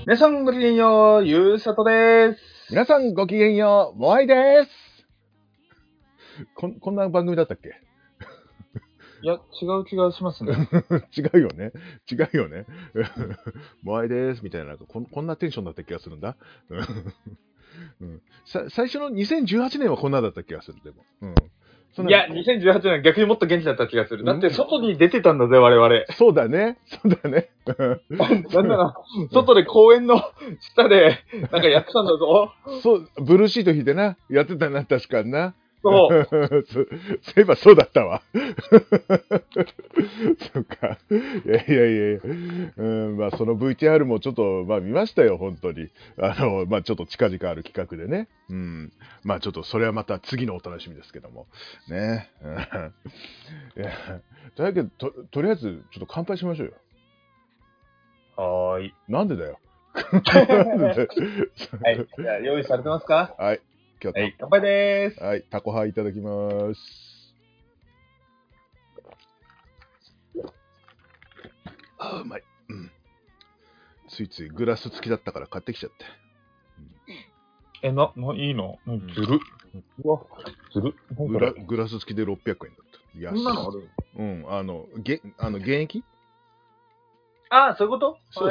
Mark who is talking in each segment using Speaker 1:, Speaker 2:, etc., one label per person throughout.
Speaker 1: 皆さんごきげんよう、ゆうさとです。
Speaker 2: 皆さんごきげんよう、モアイです。こんな番組だったっけ？
Speaker 1: いや、違う気がしますね。
Speaker 2: 違うよね。違うよね。モアイですみたいな、こんなテンションだった気がするんだ。うん、最初の2018年はこんなだった気がする、でも。
Speaker 1: いや、2018年は逆にもっと元気だった気がする。だって外に出てたんだぜ、我々。
Speaker 2: そうだね。そうだね。
Speaker 1: なんなら、外で公園の下で、なんかやってたんだぞ。
Speaker 2: そう、ブルーシート引いてな、やってたな、確かにな。
Speaker 1: そう。
Speaker 2: そういえばそうだったわ。そうか。いや。まあ、その VTR もちょっと、まあ、見ましたよ、本当に。まあ、ちょっと近々ある企画でね。まあ、ちょっと、それはまた次のお楽しみですけども。ね。いやとりあえず、とりあえず、ちょっと乾杯しましょうよ。
Speaker 1: はーい。
Speaker 2: なんでだよ。
Speaker 1: はい。じゃあ、用意されてますか？
Speaker 2: はい。今日
Speaker 1: はい、乾杯でーす。
Speaker 2: はい、タコハイいただきます。あ、うまい。ついついグラス付きだったから買ってきちゃって。
Speaker 1: いいの？ずる。うわ、ずる。
Speaker 2: グラス付きで600円だった。安い。
Speaker 1: そんなのある？
Speaker 2: 現役？
Speaker 1: ああ、そういうこと？
Speaker 2: そう。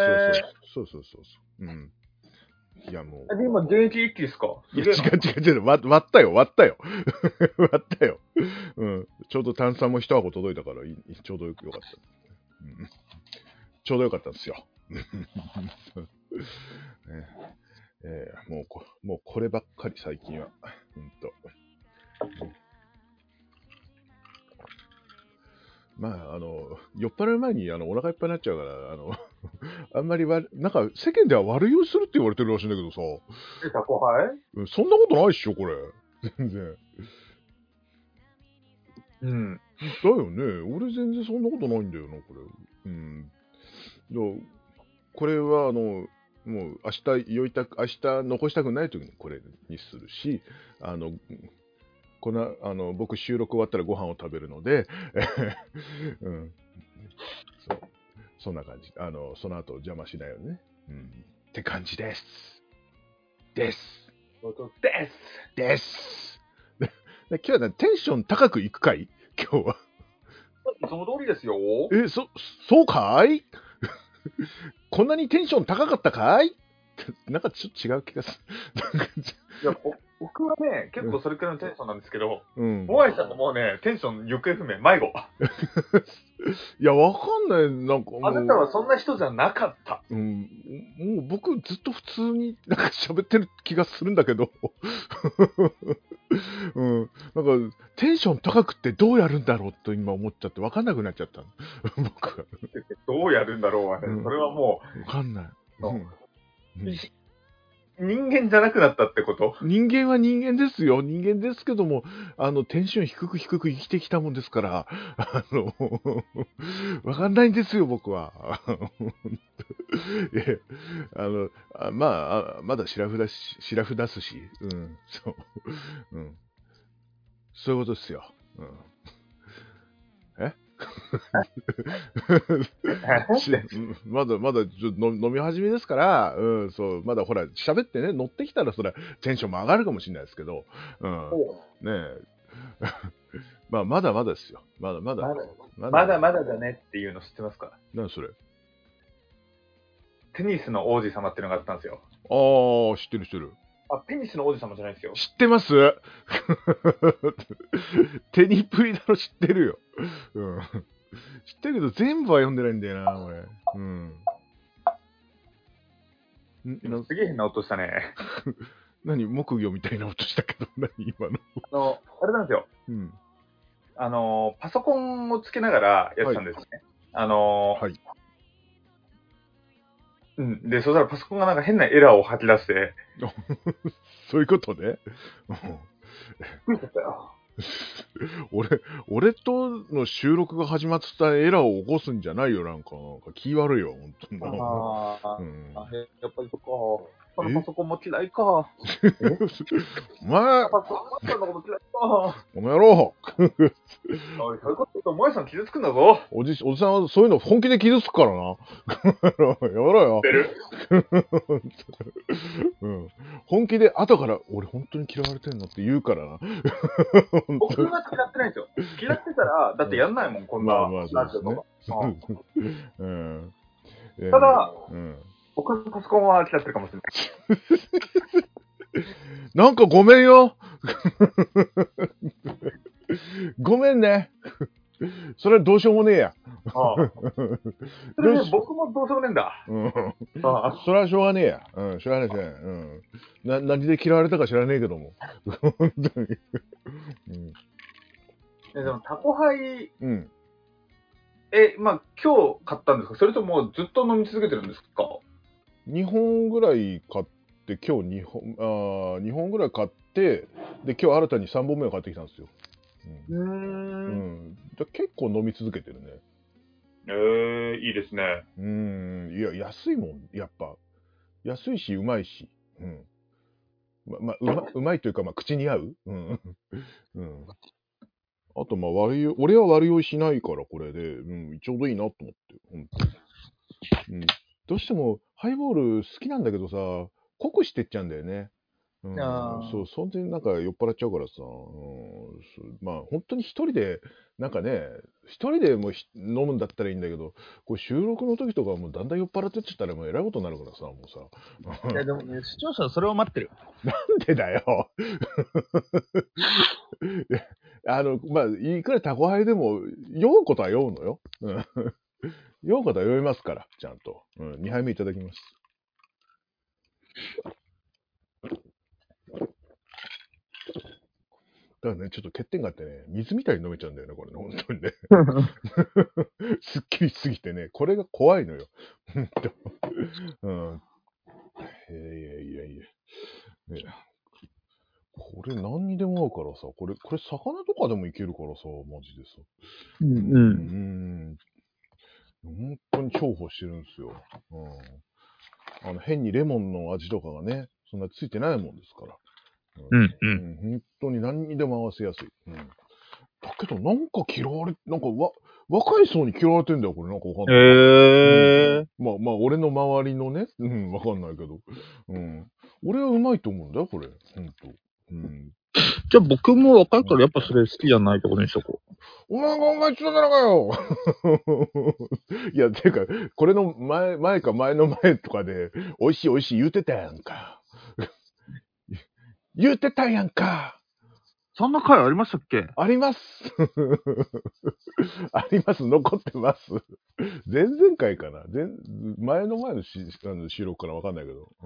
Speaker 2: いや、もう。
Speaker 1: で、今、現役一気ですか？
Speaker 2: いや、違う。割ったよ。割ったよ。ちょうど炭酸も一箱届いたから、ちょうどよかった。ちょうどよかったんですよ。もうこればっかり最近は。まあ、酔っ払う前にお腹いっぱいになっちゃうから、あんまりなんか世間では悪酔いするって言われてるらしいんだけどさ。
Speaker 1: タコハイ？
Speaker 2: そんなことないっしょ、これ。全然。だよね。俺全然そんなことないんだよな、これ。これは、もう明日残したくない時にこれにするし、僕収録終わったらご飯を食べるので、そんな感じ。その後邪魔しないようにね。って感じです。です。今日はね、テンション高くいくかい？今日は。
Speaker 1: その通りですよ。
Speaker 2: そうかい？こんなにテンション高かったかい？なんかちょっと違う気がする。
Speaker 1: いや、僕はね、結構それくらいのテンションなんですけど、
Speaker 2: モ
Speaker 1: アイさんのもうね、テンション行方不明、迷子。
Speaker 2: いや、わかんない。なんか
Speaker 1: あなたはそんな人じゃなかった。
Speaker 2: もう僕ずっと普通になんか喋ってる気がするんだけど。なんかテンション高くってどうやるんだろうと今思っちゃってわかんなくなっちゃったの。僕は。
Speaker 1: どうやるんだろうはね、それはも
Speaker 2: う。わかんない。
Speaker 1: 人間じゃなくなったってこと？
Speaker 2: 人間は人間ですよ。人間ですけども、テンション低く生きてきたもんですから、わかんないんですよ、僕は。まだシラフ出すし、そういうことですよ。まだ飲み始めですから、まだほら、喋ってね、乗ってきたら、それはテンションも上がるかもしれないですけど、ねえ。まだまだですよ。まだまだ
Speaker 1: だねっていうの知ってますか？
Speaker 2: 何それ？
Speaker 1: テニスの王子様っていうのがあったんですよ。
Speaker 2: ああ、知ってる。
Speaker 1: ペニスの王子様じゃないですよ。
Speaker 2: 知ってますテニプリだろ、知ってるよ。知ってるけど全部は読んでないんだよな、俺。
Speaker 1: すげえ変な音したね。
Speaker 2: 何、木魚みたいな音したけど、何今の。
Speaker 1: あれなんですよ。パソコンをつけながらやってたんですね。はい。で、そしたらパソコンがなんか変なエラーを吐き出して。
Speaker 2: そういうことね。
Speaker 1: びっくりしたよ。
Speaker 2: 俺との収録が始まってたエラーを起こすんじゃないよ、なんか気悪いよ、本当に。
Speaker 1: やっぱりそっか。 このパソコンも嫌いか。お
Speaker 2: まあ、
Speaker 1: パソコンのこと嫌いか。
Speaker 2: この野郎。
Speaker 1: おい、そういうこと言うと、萌えさん傷つくんだぞ。
Speaker 2: おじさんはそういうの本気で傷つくからな。やめろよ。
Speaker 1: 出る
Speaker 2: うん、本気で後から俺本当に嫌われてんのって言うからな。
Speaker 1: 僕は嫌ってないんですよ。嫌ってたら、だってやんないもん、こんな。
Speaker 2: まあまあそうですね。うん。
Speaker 1: ただ、
Speaker 2: うん、
Speaker 1: 僕のパソコンは嫌ってるかもしれない。
Speaker 2: なんかごめんよ。ごめんね。それはどうしようもねえや。
Speaker 1: ああ。それね、僕もどうしようもねえんだ。
Speaker 2: うん。
Speaker 1: ああ。
Speaker 2: それはしょうがねえや。うん、しょうがないしょうがない。うん。何で嫌われたか知らねえけども。本当に。うん。
Speaker 1: でも、タコハイ、
Speaker 2: うん。
Speaker 1: まあ、今日買ったんですか？それともずっと飲み続けてるんですか
Speaker 2: 2本ぐらい買って、今日2本ぐらい買って、で、今日新たに3本目を買ってきたんですよ。うん。じゃ結構飲み続けてるね。
Speaker 1: いいですね。
Speaker 2: いや、安いもん、やっぱ。安いし、うまいし。うん。うまいというか、まあ、口に合う。うん。うん。あと、まあ、俺は悪酔いしないから、これで、ちょうどいいなと思って。どうしても、ハイボール好きなんだけどさ、濃くしてっちゃうんだよね。そう、そんでなんか酔っ払っちゃうからさ、まあ、本当に一人で、なんかね、一人でも飲むんだったらいいんだけど、これ収録の時とかもうだんだん酔っ払ってっちゃったらもうえらいことになるからさ、もうさ。
Speaker 1: いや、でもね、視聴者はそれを待ってる。
Speaker 2: なんでだよ。まあ、いくらタコハイでも、酔うことは酔うのよ。酔うことは酔いますから、ちゃんと。2杯目いただきます。だからね、ちょっと欠点があってね、水みたいに飲めちゃうんだよね、これね、本当にね。すっきりしすぎてね、これが怖いのよ。うん。いやいや。ね、これ何にでも合うからさ、これ魚とかでもいけるからさ、マジでさ。本当に重宝してるんですよ。変にレモンの味とかがね、そんなついてないもんですから。本当に何にでも合わせやすい。だけど、なんか嫌われ、なんか若い層に嫌われてんだよ、これ。なんかわかんない。まあ、俺の周りのね、わかんないけど。俺はうまいと思うんだよ、これ。ほんと。
Speaker 1: じゃあ僕も若いからやっぱそれ好きじゃないところにしとこう。
Speaker 2: お前がお前ちょっとだらかよいや、てか、これの前の前とかで、美味しい言うてたやんか。言うてたやんか。
Speaker 1: そんな回ありましたっけ？
Speaker 2: あります。あります。残ってます。前々回かな。前の収録かなわかんないけど。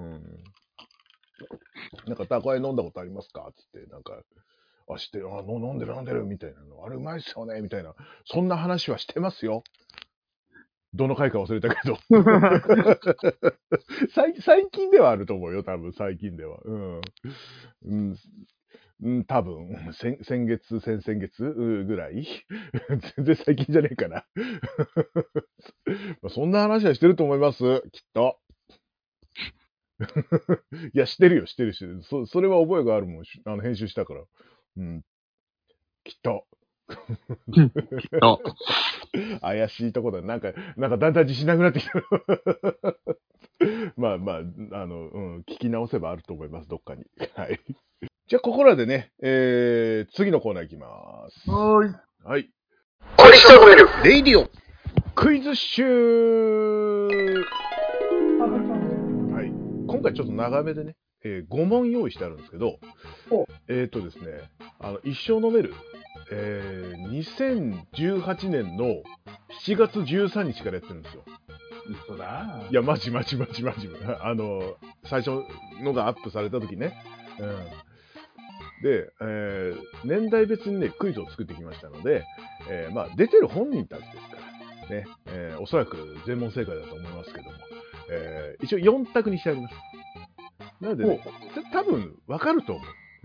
Speaker 2: なんか、タコハイ飲んだことありますかつって、なんか、知ってる、飲んでる、みたいなの。あれうまいっすよね、みたいな。そんな話はしてますよ。どの回か忘れたけど。最近ではあると思うよ、多分、最近では。多分、先月ぐらい全然最近じゃねえかな。そんな話はしてると思います、きっと。いや、してるよ。それは覚えがあるもん。編集したから。きっと。怪しいとこだ。なんかだんだん自信なくなってきた。まあ、聞き直せばあると思います、どっかに。はい。じゃあ、ここらでね、次のコーナーいきます。はい。レイディオクイズ集。はい。今回ちょっと長めでね、5問用意してあるんですけど、ですね、一生飲める、2018年の7月13日からやってるんですよ。
Speaker 1: 嘘だ。
Speaker 2: いや、マジ。最初のがアップされた時ね。で、年代別にね、クイズを作ってきましたので、まあ、出てる本人たちですからね、おそらく全問正解だと思いますけども、一応4択にしてあります。なので、ね、多分わかると思う。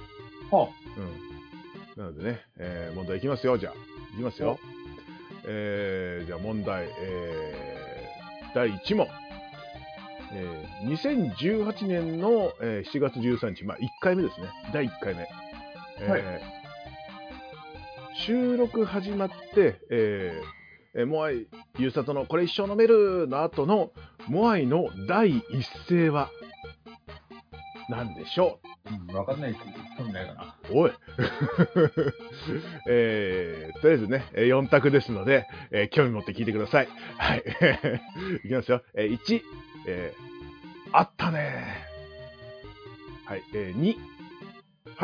Speaker 2: なのでね、問題いきますよ、じゃあ。いきますよ。じゃあ問題、第1問。 2018年の、7月13日、まあ1回目ですね。第1回目。収録始まって、モアイ、ゆうさとのこれ一生飲めるの後のモアイの第一声は何でしょ
Speaker 1: うん、わかんないですけど、興味ないかな。
Speaker 2: う。おい。とりあえずね、4択ですので、興味持って聞いてください。はい。いきますよ。1、あったね。はい。2、はい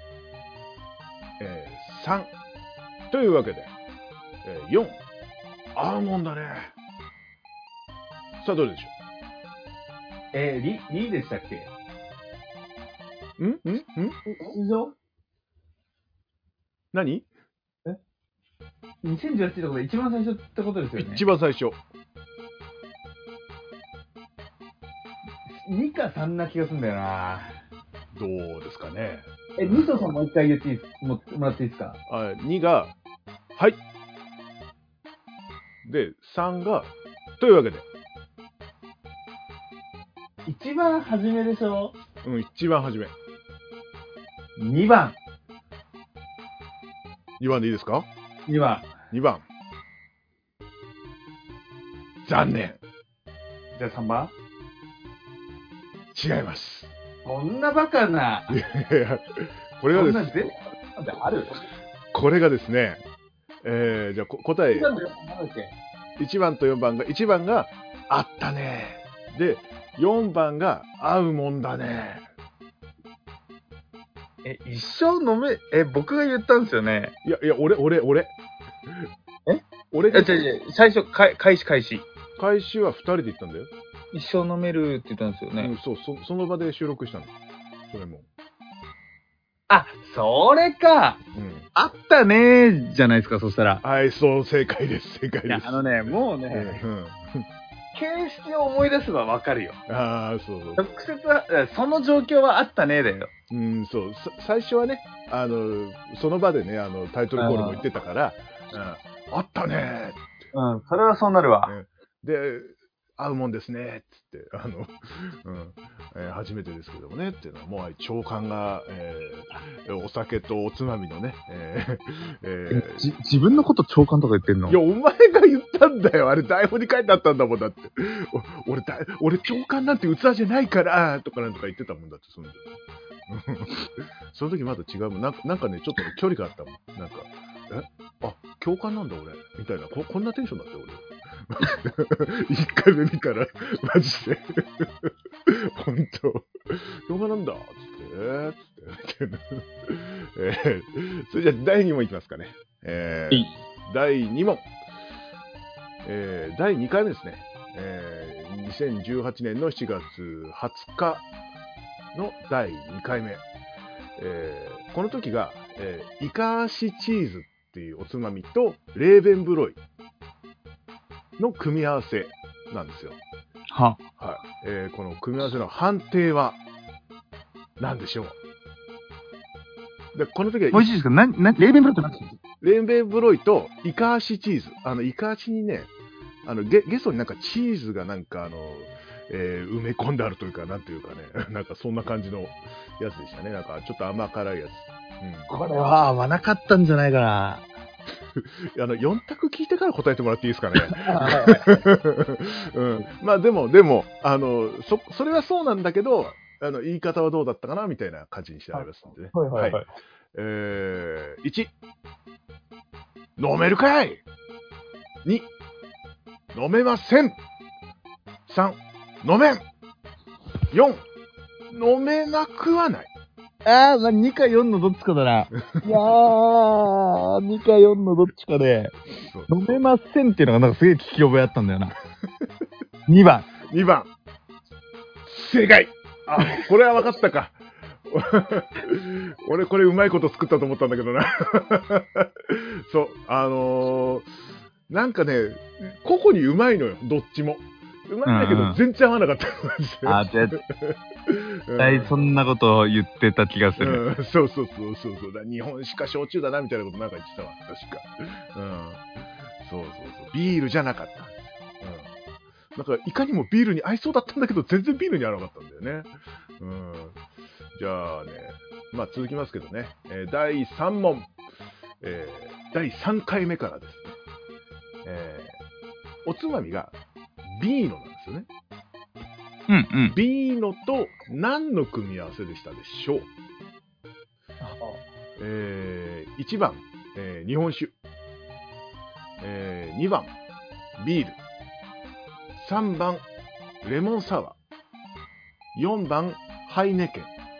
Speaker 2: 。3、というわけで、4、アーモンドだね。さあ、どれでしょ
Speaker 1: リでしたっけ？
Speaker 2: う？
Speaker 1: 以上
Speaker 2: 何？
Speaker 1: 2018ってことで一番最初ってことですよね。
Speaker 2: 一番最初。
Speaker 1: 2か3な気がするんだよな。
Speaker 2: どうですかね。
Speaker 1: みそさんもう一回言っていいですもらっていいですか
Speaker 2: 2が、はい。で、3が、というわけで。
Speaker 1: 一番初めでしょ？
Speaker 2: うん、一番初め。
Speaker 1: 2番。
Speaker 2: 2番でいいですか？
Speaker 1: 2番。
Speaker 2: 2番。残念。
Speaker 1: じゃあ3番？
Speaker 2: 違います。
Speaker 1: こんなバカな。
Speaker 2: いやこれがですね、
Speaker 1: ある？
Speaker 2: これがですね、じゃあ答え、1番と4番が、1番があったね。で、4番が合うもんだね。
Speaker 1: 一生飲め、僕が言ったんですよね。
Speaker 2: いや、俺。俺が、
Speaker 1: 最初、開始。
Speaker 2: 開始は2人で言ったんだよ。
Speaker 1: 一生飲めるって言ったんですよね。
Speaker 2: うん、そう、その場で収録したの。それも。
Speaker 1: あ、それか。
Speaker 2: うん。
Speaker 1: あったねーじゃないですか、そしたら。
Speaker 2: はい、そう、正解です。
Speaker 1: いや、もうね、形式を思い出せばわかるよ。
Speaker 2: ああ、そう。
Speaker 1: 直接は、その状況はあったねだよ。
Speaker 2: うん、そう。最初はね、その場でね、タイトルコールも言ってたから、あったねーって。
Speaker 1: うん、それはそうなるわ。
Speaker 2: で、合うもんですね、つって、初めてですけどもね、っていうのは、もう長官が、お酒とおつまみのね、
Speaker 1: 自分のこと長官とか言ってんの？
Speaker 2: いや、お前が言ったんだよ。あれ、台本に書いてあったんだもんだって。俺、長官なんて器じゃないから、とかなんとか言ってたもんだって、その時。その時まだ違うもん。なんかね、ちょっと距離があったもん。なんか、教官なんだ俺。みたいな、こんなテンションだったよ、俺。1回目見たら、マジで。ほんと。教官なんだ、つって。それじゃあ、第2問いきますかね。第2問。第2回目ですね。2018年の7月20日の第2回目。この時が、イカ足チーズっていうおつまみとレーベンブロイの組み合わせなんですよ。
Speaker 1: は。
Speaker 2: はい。この組み合わせの判定は何でしょう？で、この時は
Speaker 1: 美味しいですか？レーベンブロイって何ですか？
Speaker 2: レーベンブロイとイカ足チーズ。イカ足にね、ゲストになんかチーズがなんか埋め込んであるというか、なんていうかね、なんかそんな感じのやつでしたね。なんかちょっと甘辛いやつ。
Speaker 1: これは合わなかったんじゃないかな。
Speaker 2: 4択聞いてから答えてもらっていいですかね。まあでも、それはそうなんだけど、言い方はどうだったかなみたいな感じにしてありますんでね。はい。1、飲めるかい !2、飲めません !3、飲めん !4、飲めなくはない。
Speaker 1: 2か4のどっちかだな。いやー、2か4のどっちかで、飲めませんっていうのがなんかすげえ聞き覚えあったんだよな。2番。
Speaker 2: 2番。正解。これは分かったか。俺これうまいこと作ったと思ったんだけどな。そう、なんかね、個々にうまいのよ、どっちも。うまいんだけど、全然合わなかったんですよ。
Speaker 1: 絶対そんなことを言ってた気がする。
Speaker 2: そう。日本酒か焼酎だなみたいなことなんか言ってたわ、確か。そう。ビールじゃなかったんですよ。 なんかいかにもビールに合いそうだったんだけど、全然ビールに合わなかったんだよね。じゃあね、まあ続きますけどね、第3問、第3回目からですね、おつまみがビーノなんですよね。
Speaker 1: うんうん。
Speaker 2: ビーノと何の組み合わせでしたでしょう。1番、日本酒、2番ビール、3番レモンサワー、4番ハイネケ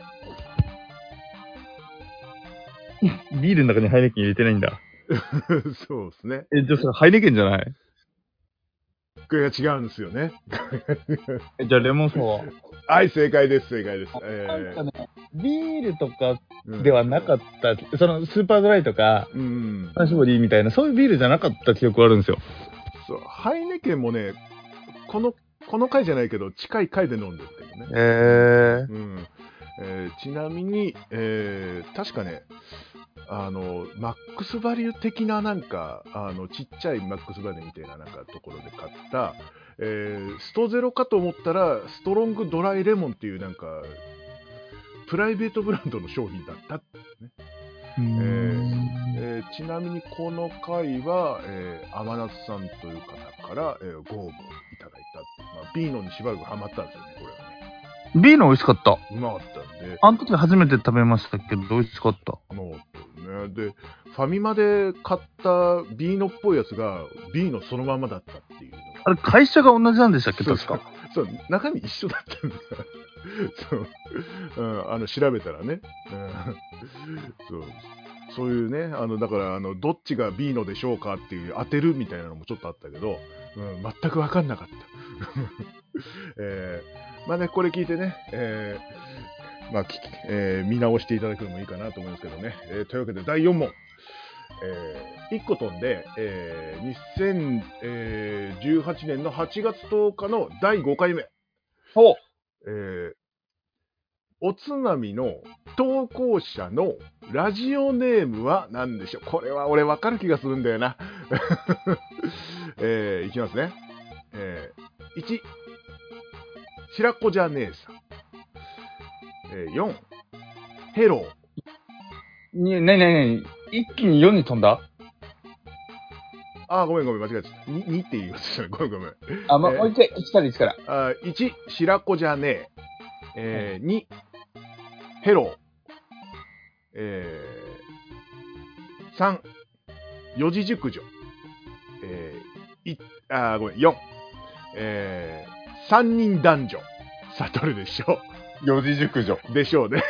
Speaker 1: ビールの中にハイネケン入れてないんだ。
Speaker 2: ン。そうですね。
Speaker 1: じゃあそれハイネケンじゃない？
Speaker 2: これが違うんですよね。
Speaker 1: じゃあレモンサワー。
Speaker 2: はい、正解です、正解です。
Speaker 1: なんかね、ビールとかではなかった、そのスーパードライとか、搾りみたいな、そういうビールじゃなかった記憶あるんですよ。
Speaker 2: そう、ハイネケンもね、この回じゃないけど、近い回で飲んでるけどね。ちなみに、確かね、マックスバリュー的ななんか、ちっちゃいマックスバリューみたいななんかところで買った、ストゼロかと思ったら、ストロングドライレモンっていうなんか、プライベートブランドの商品だったってね。ちなみにこの回は、天夏さんという方から、ご応募いただいたっていう、まあ、ビーノにしばらくハマったんですよね、これはね。
Speaker 1: ビーノ美味しかった。
Speaker 2: うまかったんで。
Speaker 1: あの時初めて食べましたけど、美味しかった。
Speaker 2: うまかったよね。で、ファミマで買ったビーノっぽいやつが、ビーノそのままだったっていうのが。
Speaker 1: あれ、会社が同じなんでしたっけ、確か。
Speaker 2: そう、中身一緒だったんだ。そう、調べたらね。そういうね、だから、どっちがビーノでしょうかっていう当てるみたいなのもちょっとあったけど、全く分かんなかった。まあね、これ聞いてね、まあ見直していただくのもいいかなと思いますけどね。というわけで第4問。1個飛んで、2018年の8月10日の第5回目。おつまみの投稿者のラジオネームは何でしょう。これは俺分かる気がするんだよな。いきますね。1、白子じゃねえさん。4、ヘロー。
Speaker 1: なに一気に4に飛んだ？
Speaker 2: ごめん、間違えちゃった。2って言いましたね。ごめん。
Speaker 1: もう一回、1から1から。
Speaker 2: 1、白子じゃねえ。2、ヘロー。3、四字熟女。ごめん、4、3人男女。さあ、どれでしょう。
Speaker 1: 四字熟女。
Speaker 2: でしょうね。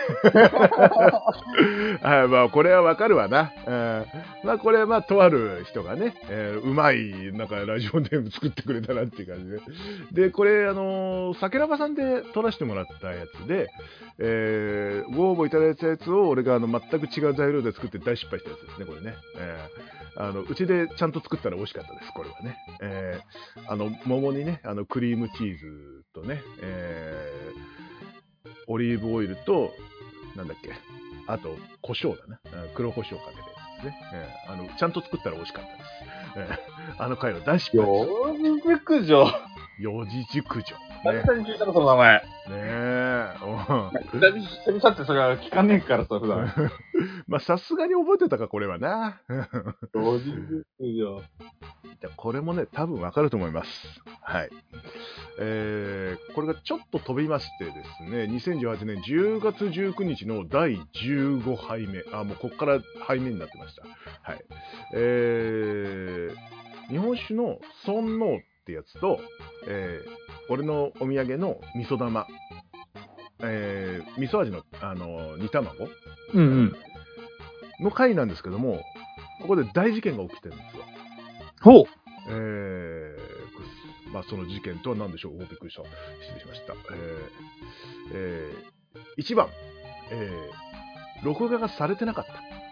Speaker 2: まあ、これはわかるわな。まあ、これはまあ、とある人がね、うまい、なんか、ラジオネーム作ってくれたなっていう感じで。で、これ、酒ラバさんで撮らせてもらったやつで、ご応募いただいたやつを、俺が全く違う材料で作って大失敗したやつですね、これね。うちでちゃんと作ったら美味しかったです、これはね。桃にね、クリームチーズとね、オリーブオイルと、なんだっけ、あと、胡椒だな。黒胡椒かけてですね。ちゃんと作ったら美味しかったです。あの回の大失敗です。
Speaker 1: 四字熟女。
Speaker 2: 四字熟女。
Speaker 1: 久々に聞いたの、その名前。
Speaker 2: ねえ。
Speaker 1: 久々ってそれは聞かねえからさ、普段。
Speaker 2: まあ、さすがに覚えてたか、これはな。
Speaker 1: 四字熟女。
Speaker 2: これもね、多分わかると思います。はい。これがちょっと飛びましてですね、2018年10月19日の第15杯目。もうここから杯目になってました。はい。日本酒の尊王ってやつと、俺のお土産の味噌玉。味噌味の、煮卵、の回なんですけども、ここで大事件が起きてるんですよ。
Speaker 1: ほう。
Speaker 2: まあ、その事件とは何でしょう。びっくりした。失礼しました。1番、録画がされてなかった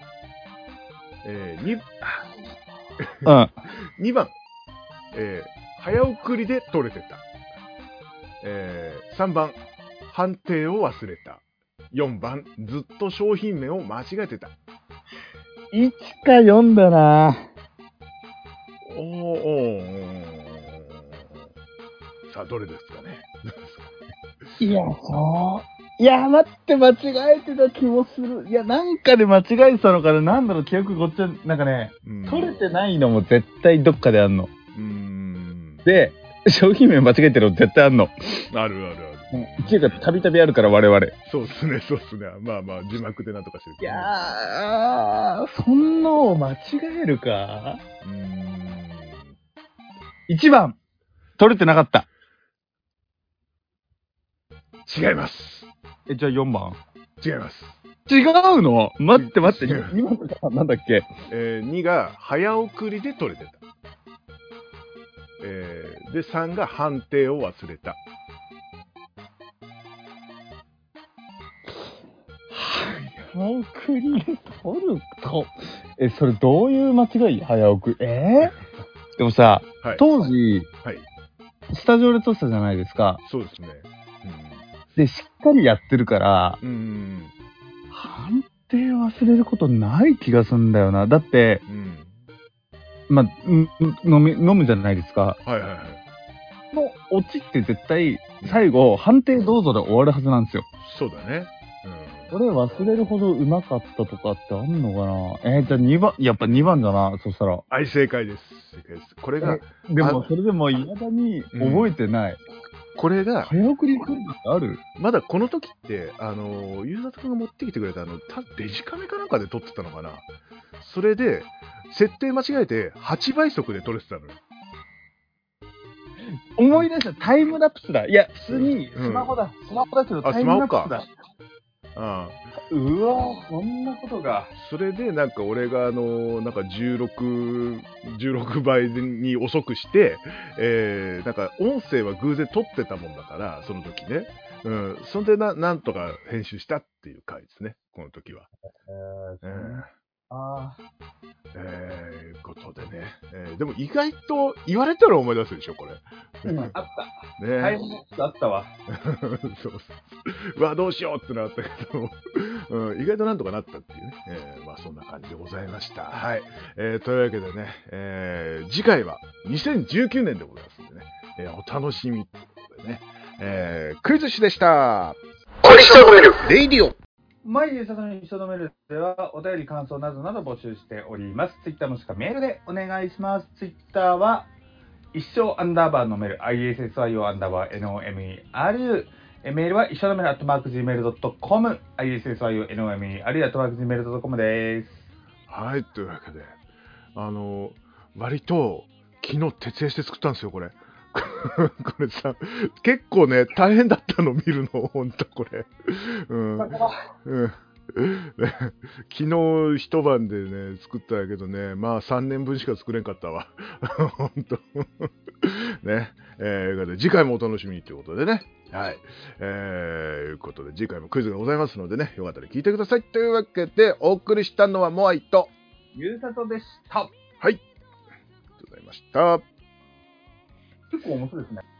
Speaker 2: 。2番、早送りで撮れてた。3番、判定を忘れた。4番、ずっと商品名を間違えてた。
Speaker 1: 1か4だな。
Speaker 2: さあ、どれですかね。
Speaker 1: いや、いや、待って、間違えてた気もする。いや、なんかで間違えてたのかな。なんだろう、記憶ごっちゃ、なんかね、取れてないのも絶対どっかであんの。で、商品名間違えてるの絶対あんの。
Speaker 2: あるあるある。
Speaker 1: っていうか、たびたびあるから、我々。
Speaker 2: そうっすね、そうっすね。まあまあ、字幕でなんとかしてる
Speaker 1: いやー、そんなを間違えるか。1番、取れてなかった。
Speaker 2: 違います。
Speaker 1: じゃあ4番。
Speaker 2: 違います。
Speaker 1: 違うの？待って、2番とかなんだっけ
Speaker 2: ？2が早送りで取れてた。で、3が判定を忘れた。
Speaker 1: 早送りで取ると。それどういう間違い？早送り。でもさ、はい、当時、はい、スタジオで撮ってたじゃないですか。
Speaker 2: そうですね。
Speaker 1: で、しっかりやってるから、判定忘れることない気がするんだよな。だって、まあ、飲むじゃないですか。
Speaker 2: はいはいはい。
Speaker 1: のオチって絶対、最後、判定どうぞで終わるはずなんですよ。
Speaker 2: そうだね。
Speaker 1: これ忘れるほどうまかったとかってあんのかな。じゃあ2番、やっぱ2番だな、そしたら。
Speaker 2: はい、正解です。正解です。これが。
Speaker 1: でも、それでも、いまだに覚えてない。
Speaker 2: これが、
Speaker 1: 早送り来るってある？
Speaker 2: まだこの時って、ユーザー君が持ってきてくれたデジカメかなんかで撮ってたのかな。それで、設定間違えて8倍速で撮れてたのよ。
Speaker 1: 思い出した、タイムラプスだ。いや、普通にスマホだ。スマホだけどタイムラプスだ。うわぁ、そんなことが。
Speaker 2: それで、なんか俺がなんか16倍に遅くして、なんか音声は偶然撮ってたもんだから、その時ね。そんでなんとか編集したっていう回ですね、この時は。いうことでね。でも意外と言われたら思い出すでしょ、これ。
Speaker 1: あった。ね。タイムラプスあったわ。
Speaker 2: そう。うわ、どうしようってなったけど、意外となんとかなったっていうね。まあそんな感じでございました。はい。というわけでね、次回は2019年でございますんでね、お楽しみということでね、クイズ誌でした。レイディオ。
Speaker 1: 毎日里に一緒のメールではお便り感想などなど募集しております。ツイッターもしくはメールでお願いします。ツイッターは一生_のメール ISSIO_NOMERU メールは一緒のメール@gmail.com ISSIO_NOMERU@gmail.com です。
Speaker 2: はい、というわけで割と昨日徹夜して作ったんですよこれ。これさ、結構ね、大変だったの見るの、ほんとこれ。昨日一晩でね、作ったんやけどね、まあ3年分しか作れんかったわ。ほんと。ね。次回もお楽しみにということでね。はい。いうことで、次回もクイズがございますのでね、よかったら聞いてください。というわけで、お送りしたのはモアイと、
Speaker 1: ゆうさとでした。
Speaker 2: はい。ありがとうございました。
Speaker 1: 結構面白いですね。